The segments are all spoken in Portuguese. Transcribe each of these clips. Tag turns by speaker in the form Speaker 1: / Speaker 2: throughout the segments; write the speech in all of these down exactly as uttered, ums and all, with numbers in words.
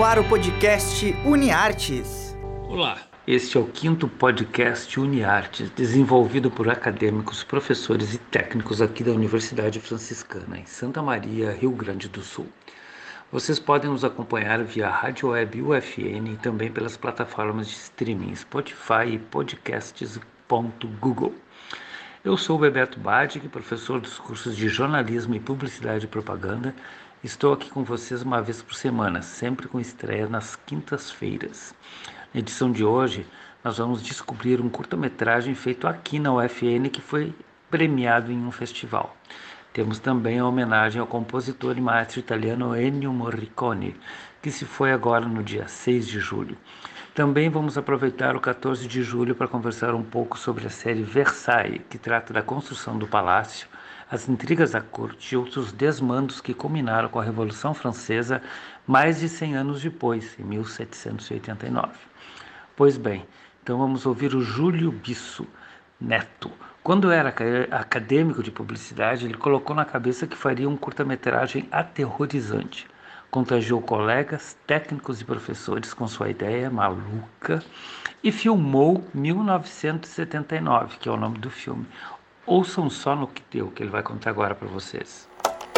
Speaker 1: ar o podcast UniArtes.
Speaker 2: Olá, este é o quinto podcast UniArtes, desenvolvido por acadêmicos, professores e técnicos aqui da Universidade Franciscana, em Santa Maria, Rio Grande do Sul. Vocês podem nos acompanhar via Rádio Web U F N e também pelas plataformas de streaming Spotify e podcasts ponto google. Eu sou o Bebeto Badig, professor dos cursos de Jornalismo e Publicidade e Propaganda. Estou aqui com vocês uma vez por semana, sempre com estreia nas quintas-feiras. Na edição de hoje, nós vamos descobrir um curta-metragem feito aqui na U F N que foi premiado em um festival. Temos também a homenagem ao compositor e maestro italiano Ennio Morricone, que se foi agora no dia seis de julho. Também vamos aproveitar o quatorze de julho para conversar um pouco sobre a série Versailles, que trata da construção do palácio, as intrigas da corte e outros desmandos que culminaram com a Revolução Francesa mais de cem anos depois, em mil setecentos e oitenta e nove. Pois bem, então vamos ouvir o Júlio Bisso Neto. Quando era acadêmico de publicidade, ele colocou na cabeça que faria um curta-metragem aterrorizante. Contagiou colegas, técnicos e professores com sua ideia maluca e filmou mil novecentos e setenta e nove, que é o nome do filme. Ouçam só no que deu, que ele vai contar agora para vocês.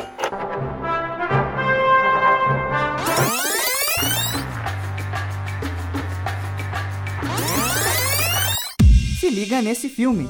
Speaker 1: Se liga nesse filme.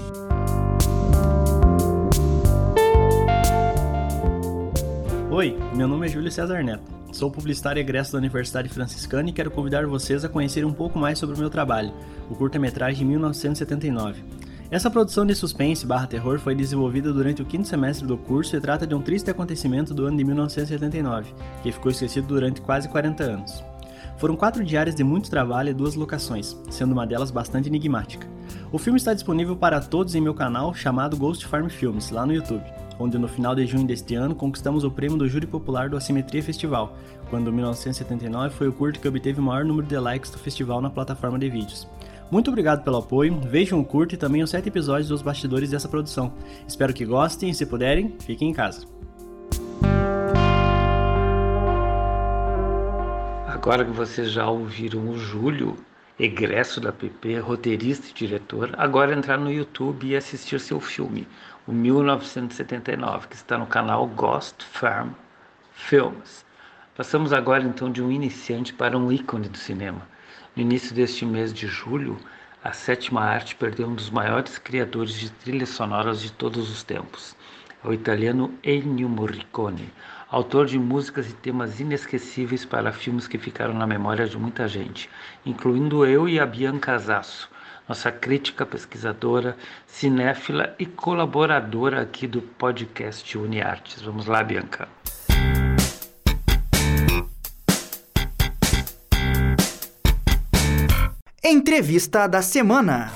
Speaker 3: Oi, meu nome é Júlio César Neto. Sou publicitário egresso da Universidade Franciscana e quero convidar vocês a conhecer um pouco mais sobre o meu trabalho, o curta-metragem mil novecentos e setenta e nove. Essa produção de suspense barra terror foi desenvolvida durante o quinto semestre do curso e trata de um triste acontecimento do ano de mil novecentos e setenta e nove, que ficou esquecido durante quase quarenta anos. Foram quatro diárias de muito trabalho e duas locações, sendo uma delas bastante enigmática. O filme está disponível para todos em meu canal chamado Ghost Farm Films, lá no YouTube, onde no final de junho deste ano conquistamos o prêmio do Júri Popular do Assimetria Festival, quando mil novecentos e setenta e nove foi o curto que obteve o maior número de likes do festival na plataforma de vídeos. Muito obrigado pelo apoio, vejam o curto e também os sete episódios dos bastidores dessa produção. Espero que gostem e, se puderem, fiquem em casa.
Speaker 2: Agora que vocês já ouviram o Júlio, egresso da P P, roteirista e diretor, agora entrar no YouTube e assistir seu filme, o mil novecentos e setenta e nove, que está no canal Ghost Farm Films. Passamos agora então de um iniciante para um ícone do cinema. No início deste mês de julho, a sétima arte perdeu um dos maiores criadores de trilhas sonoras de todos os tempos. É o italiano Ennio Morricone, autor de músicas e temas inesquecíveis para filmes que ficaram na memória de muita gente, incluindo eu e a Bianca Zasso, nossa crítica, pesquisadora, cinéfila e colaboradora aqui do podcast UniArtes. Vamos lá, Bianca.
Speaker 1: Entrevista da semana.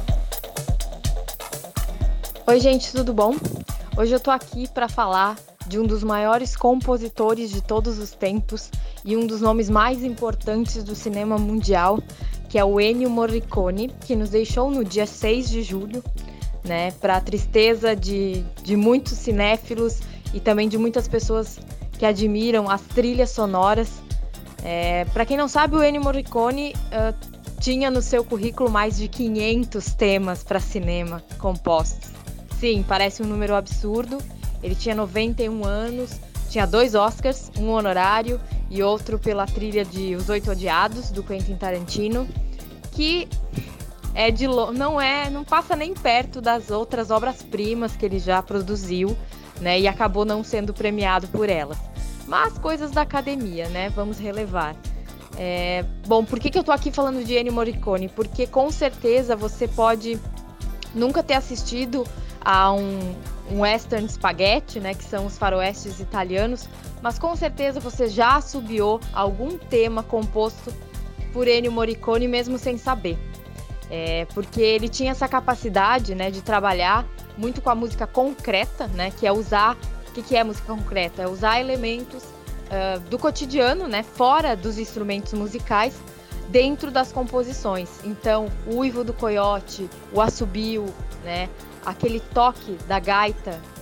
Speaker 4: Oi, gente, tudo bom? Hoje eu tô aqui para falar de um dos maiores compositores de todos os tempos e um dos nomes mais importantes do cinema mundial, que é o Ennio Morricone, que nos deixou no dia seis de julho, né, para a tristeza de, de muitos cinéfilos e também de muitas pessoas que admiram as trilhas sonoras. É, para quem não sabe, o Ennio Morricone uh, tinha no seu currículo mais de quinhentos temas para cinema compostos. Sim, parece um número absurdo. Ele tinha noventa e um anos, tinha dois Oscars, um honorário e outro pela trilha de Os Oito Odiados, do Quentin Tarantino, que é de lo... não, é, não passa nem perto das outras obras-primas que ele já produziu, né, e acabou não sendo premiado por elas. Mas coisas da academia, né, vamos relevar. É... Bom, por que, que eu tô aqui falando de Ennio Morricone? Porque com certeza você pode nunca ter assistido a um, um western spaghetti, né, que são os faroestes italianos, mas com certeza você já assobiou algum tema composto por Ennio Morricone mesmo sem saber. É, porque ele tinha essa capacidade, né, de trabalhar muito com a música concreta, né, que é usar... O que, que é música concreta? É usar elementos uh, do cotidiano, né, fora dos instrumentos musicais, dentro das composições. Então, o uivo do coiote, o assobio, né, aquele toque da gaita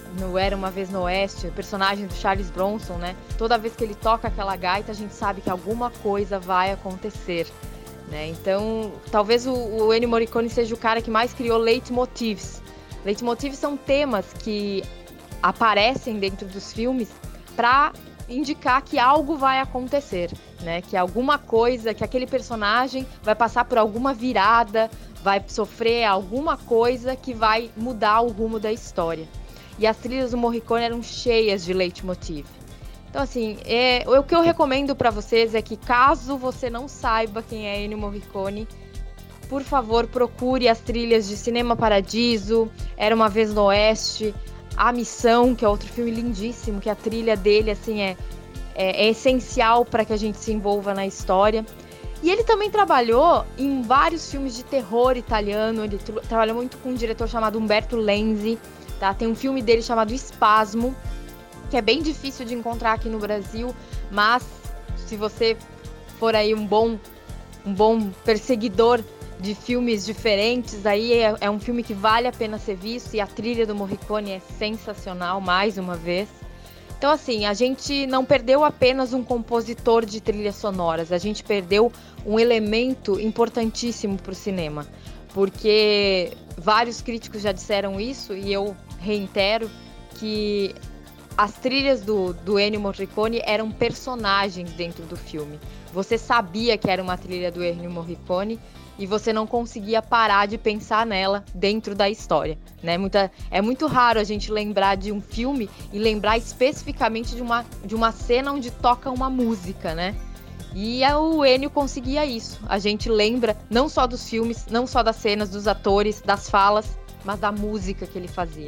Speaker 4: no Era Uma Vez no Oeste, o personagem do Charles Bronson, né? Toda vez que ele toca aquela gaita, a gente sabe que alguma coisa vai acontecer, né? Então, talvez o, o Ennio Morricone seja o cara que mais criou leitmotivs. Leitmotivs são temas que aparecem dentro dos filmes para indicar que algo vai acontecer, né? Que alguma coisa, que aquele personagem vai passar por alguma virada, vai sofrer alguma coisa que vai mudar o rumo da história. E as trilhas do Morricone eram cheias de leitmotiv. Então, assim, é, o que eu recomendo para vocês é que, caso você não saiba quem é Ennio Morricone, por favor, procure as trilhas de Cinema Paradiso, Era Uma Vez no Oeste, A Missão, que é outro filme lindíssimo, que a trilha dele, assim, é, é, é essencial para que a gente se envolva na história. E ele também trabalhou em vários filmes de terror italiano, ele tra- trabalhou muito com um diretor chamado Umberto Lenzi, tá? Tem um filme dele chamado Espasmo, que é bem difícil de encontrar aqui no Brasil, mas se você for aí um bom, um bom perseguidor de filmes diferentes, aí é, é um filme que vale a pena ser visto, e a trilha do Morricone é sensacional, mais uma vez. Então, assim, a gente não perdeu apenas um compositor de trilhas sonoras, a gente perdeu um elemento importantíssimo para o cinema, porque vários críticos já disseram isso, e eu reitero que as trilhas do, do Ennio Morricone eram personagens dentro do filme. Você sabia que era uma trilha do Ennio Morricone e você não conseguia parar de pensar nela dentro da história, né? Muita, é muito raro a gente lembrar de um filme e lembrar especificamente de uma, de uma cena onde toca uma música, né? E o Ennio conseguia isso. A gente lembra não só dos filmes, não só das cenas, dos atores, das falas, mas da música que ele fazia.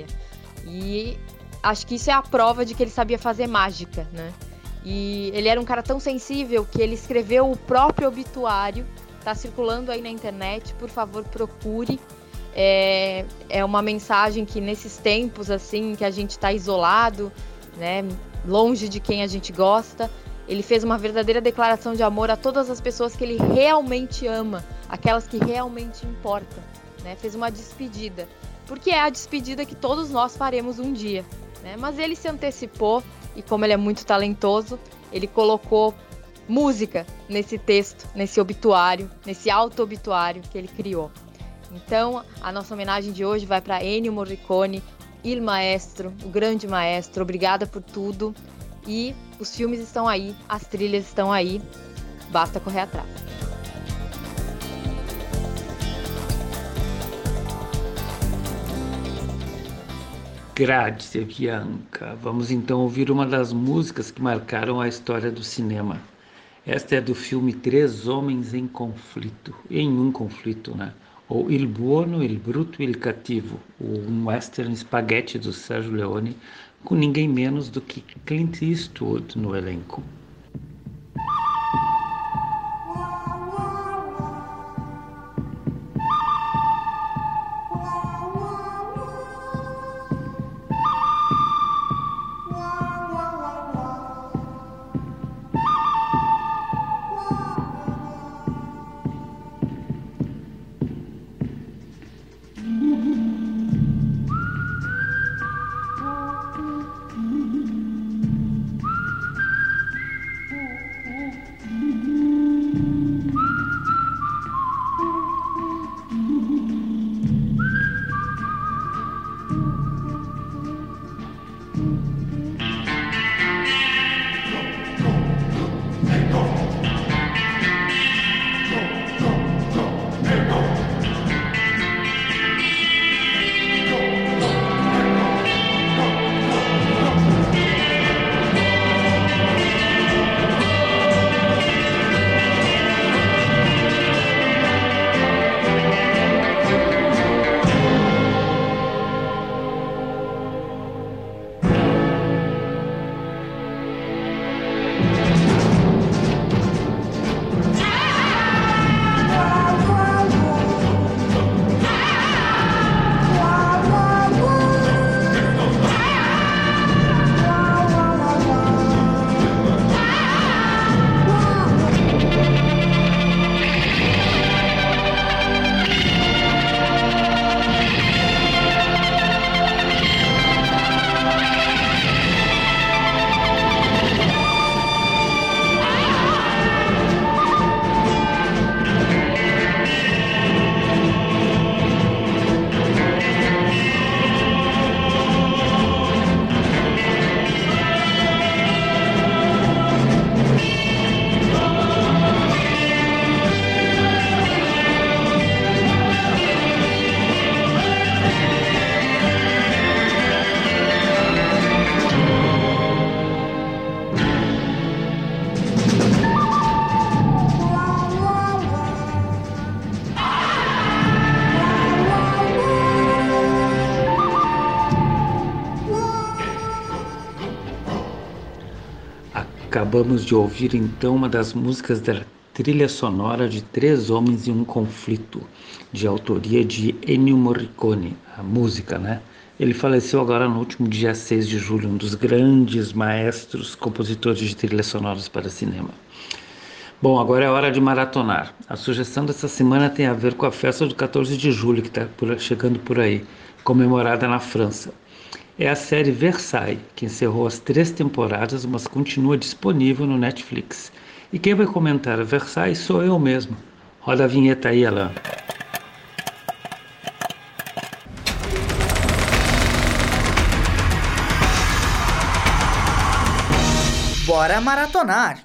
Speaker 4: E acho que isso é a prova de que ele sabia fazer mágica, né? E ele era um cara tão sensível que ele escreveu o próprio obituário. Tá circulando aí na internet, por favor, procure. É, é uma mensagem que nesses tempos, assim, que a gente tá isolado, né, longe de quem a gente gosta, ele fez uma verdadeira declaração de amor a todas as pessoas que ele realmente ama, aquelas que realmente importam, né? Fez uma despedida, porque é a despedida que todos nós faremos um dia, né? Mas ele se antecipou e, como ele é muito talentoso, ele colocou música nesse texto, nesse obituário, nesse auto-obituário que ele criou. Então, a nossa homenagem de hoje vai para Ennio Morricone, il maestro, o grande maestro. Obrigada por tudo. E os filmes estão aí, as trilhas estão aí, basta correr atrás.
Speaker 2: Grazie, Bianca. Vamos então ouvir uma das músicas que marcaram a história do cinema. Esta é do filme Três Homens em Conflito, em um conflito, né? Ou Il Buono, Il Brutto e Il Cattivo, um western spaghetti do Sergio Leone, com ninguém menos do que Clint Eastwood no elenco. Acabamos de ouvir então uma das músicas da trilha sonora de Três Homens e um Conflito, de autoria de Ennio Morricone, a música, né? Ele faleceu agora no último dia seis de julho, um dos grandes maestros compositores de trilhas sonoras para cinema. Bom, agora é hora de maratonar. A sugestão dessa semana tem a ver com a festa do quatorze de julho, que está chegando por aí, comemorada na França. É a série Versailles, que encerrou as três temporadas, mas continua disponível no Netflix. E quem vai comentar a Versailles sou eu mesmo. Roda a vinheta aí, Alain.
Speaker 1: Bora maratonar!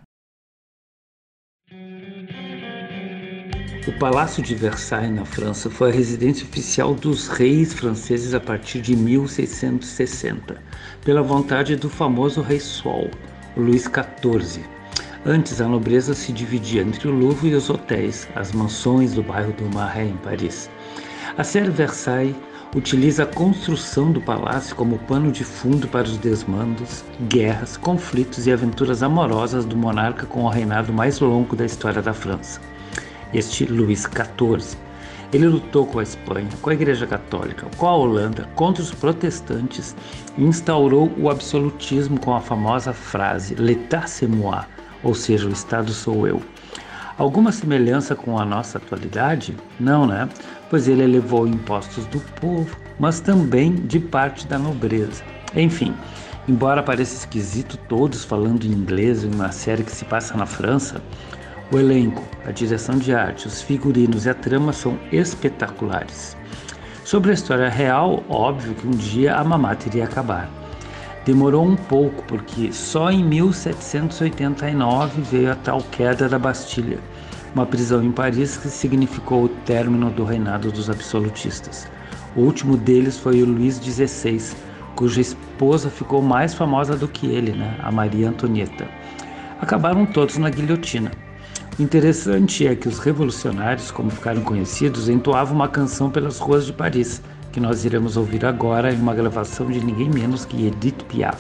Speaker 2: O Palácio de Versailles, na França, foi a residência oficial dos reis franceses a partir de mil seiscentos e sessenta, pela vontade do famoso rei Sol, Luís quatorze. Antes, a nobreza se dividia entre o Louvre e os hotéis, as mansões do bairro do Marais, em Paris. A série Versailles utiliza a construção do palácio como pano de fundo para os desmandos, guerras, conflitos e aventuras amorosas do monarca com o reinado mais longo da história da França, este Luís quatorze. Ele lutou com a Espanha, com a Igreja Católica, com a Holanda, contra os protestantes e instaurou o absolutismo com a famosa frase «L'État c'est moi», ou seja, o Estado sou eu. Alguma semelhança com a nossa atualidade? Não, né? Pois ele elevou impostos do povo, mas também de parte da nobreza. Enfim, embora pareça esquisito todos falando em inglês em uma série que se passa na França, o elenco, a direção de arte, os figurinos e a trama são espetaculares. Sobre a história real, óbvio que um dia a mamata iria acabar. Demorou um pouco, porque só em mil setecentos e oitenta e nove veio a tal queda da Bastilha, uma prisão em Paris que significou o término do reinado dos absolutistas. O último deles foi o Luís dezesseis, cuja esposa ficou mais famosa do que ele, né? A Maria Antonieta. Acabaram todos na guilhotina. O interessante é que os revolucionários, como ficaram conhecidos, entoavam uma canção pelas ruas de Paris, que nós iremos ouvir agora em uma gravação de ninguém menos que Edith Piaf.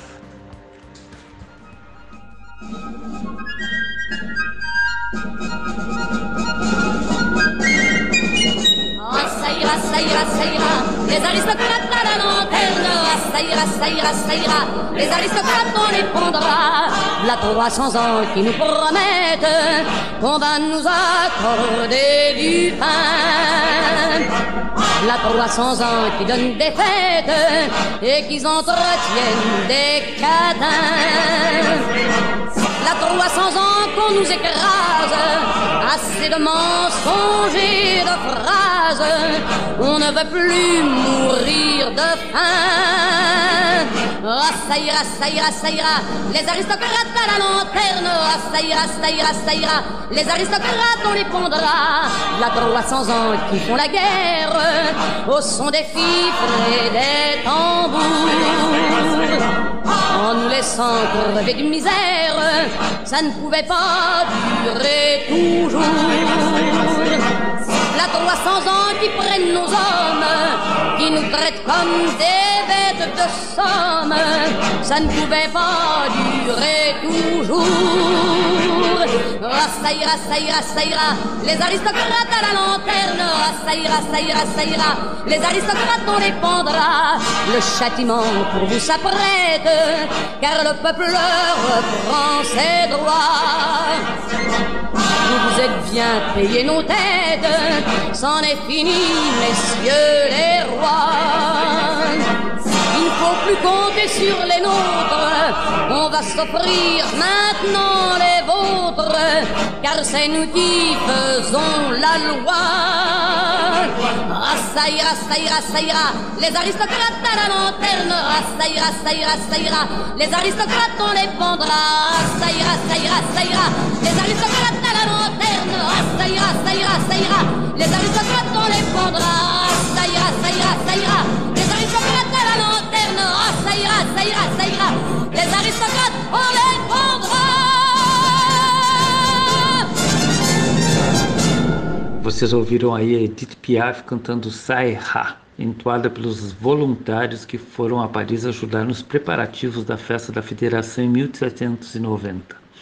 Speaker 5: Ah, ça ira, ça ira, ça ira, les aristocrates à la lanterne. Ah, ça ira, ça ira, ça ira, les aristocrates on les prendra. La trois cents ans qui nous promettent qu'on va nous accorder du pain. La trois cents ans qui donnent des fêtes et qui entretiennent des cadins. La trois cents ans qu'on nous écrase, assez de mensonges et de phrases, on ne veut plus mourir de faim. Ah, ça ira, ça ira, ça ira, les aristocrates à la lanterne. Ah, ça ira, ça ira, ça ira, les aristocrates on les pondra. La trois cents ans qui font la guerre au son des fifres et des tambours, en nous laissant crever de misère, ça ne pouvait pas durer toujours. La trois cents ans qui prennent nos hommes, qui nous traitent comme des bêtes de somme, ça ne pouvait pas durer toujours. Ah, ça ira, ça ira, ça ira, les aristocrates à la lanterne. Ah, ça ira, ça ira, ça ira, les aristocrates on les pendra. Le châtiment pour vous s'apprête, car le peuple reprend ses droits. Vous vous êtes bien payé nos têtes, c'en est fini, messieurs les rois. Il ne faut plus compter sur les nôtres, on va s'offrir maintenant les vôtres, car c'est nous qui faisons la loi. Ah, ça ira, ça ira, ça ira, les aristocrates à la lanterne. Ah, ça ira, ça ira, ça ira, les aristocrates on les pendra. Ah, ça ira, ça ira, ça ira, les aristocrates à la lanterne. Ah, ça ira, ça ira, ça ira, les aristocrates on les pendra. Ah, ça ira, ça ira, ça ira, les aristocrates à la lanterne. Ah, ça ira, ça ira, ça ira, les aristocrates on les pendra.
Speaker 2: Vocês ouviram aí a Edith Piaf cantando Sai Ha, entoada pelos voluntários que foram a Paris ajudar nos preparativos da festa da Federação em mil setecentos e noventa.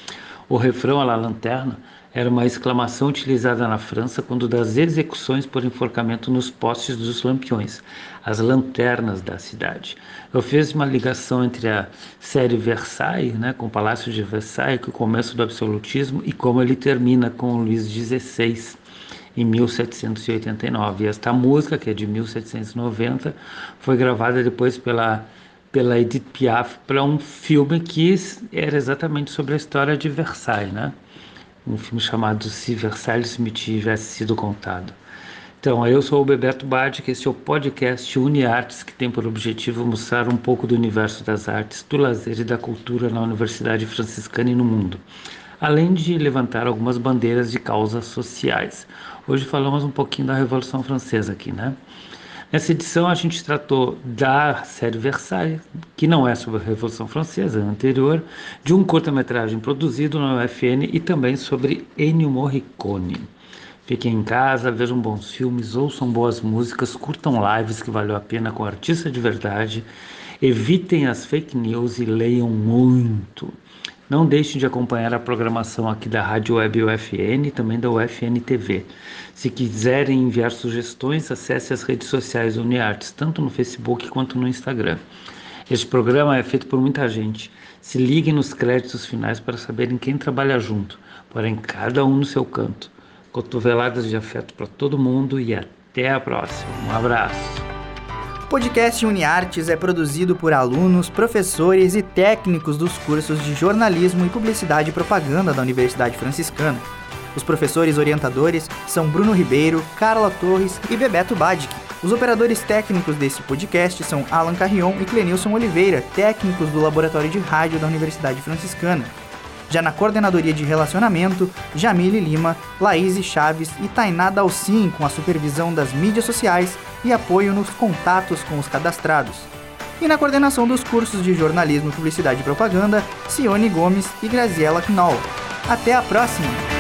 Speaker 2: O refrão à la lanterne era uma exclamação utilizada na França quando das execuções por enforcamento nos postes dos lampiões, as lanternas da cidade. Eu fiz uma ligação entre a série Versailles, né, com o Palácio de Versailles, que é o começo do absolutismo, e como ele termina com o Luís dezesseis, em mil setecentos e oitenta e nove. E esta música, que é de mil setecentos e noventa, foi gravada depois pela, pela Edith Piaf para um filme que era exatamente sobre a história de Versailles, né? Um filme chamado Se Versailles Me Tivesse Sido Contado. Então, eu sou o Bebeto Badi, que esse é o podcast UniArtes, que tem por objetivo mostrar um pouco do universo das artes, do lazer e da cultura na Universidade Franciscana e no mundo, além de levantar algumas bandeiras de causas sociais. Hoje falamos um pouquinho da Revolução Francesa aqui, né? Nessa edição a gente tratou da série Versailles, que não é sobre a Revolução Francesa, é anterior, de um curta-metragem produzido na U F N e também sobre Ennio Morricone. Fiquem em casa, vejam bons filmes, ouçam boas músicas, curtam lives que valeu a pena com artista de verdade, evitem as fake news e leiam muito. Não deixe de acompanhar a programação aqui da Rádio Web U F N e também da U F N T V. Se quiserem enviar sugestões, acesse as redes sociais da UniArtes, tanto no Facebook quanto no Instagram. Este programa é feito por muita gente. Se liguem nos créditos finais para saberem quem trabalha junto, porém cada um no seu canto. Cotoveladas de afeto para todo mundo e até a próxima. Um abraço.
Speaker 1: O podcast UniArtes é produzido por alunos, professores e técnicos dos cursos de jornalismo e publicidade e propaganda da Universidade Franciscana. Os professores orientadores são Bruno Ribeiro, Carla Torres e Bebeto Badic. Os operadores técnicos desse podcast são Alan Carrion e Clenilson Oliveira, técnicos do Laboratório de Rádio da Universidade Franciscana. Já na coordenadoria de relacionamento, Jamile Lima, Laís Chaves e Tainá Dalcin, com a supervisão das mídias sociais e apoio nos contatos com os cadastrados. E na coordenação dos cursos de jornalismo, publicidade e propaganda, Cione Gomes e Graziela Knoll. Até a próxima!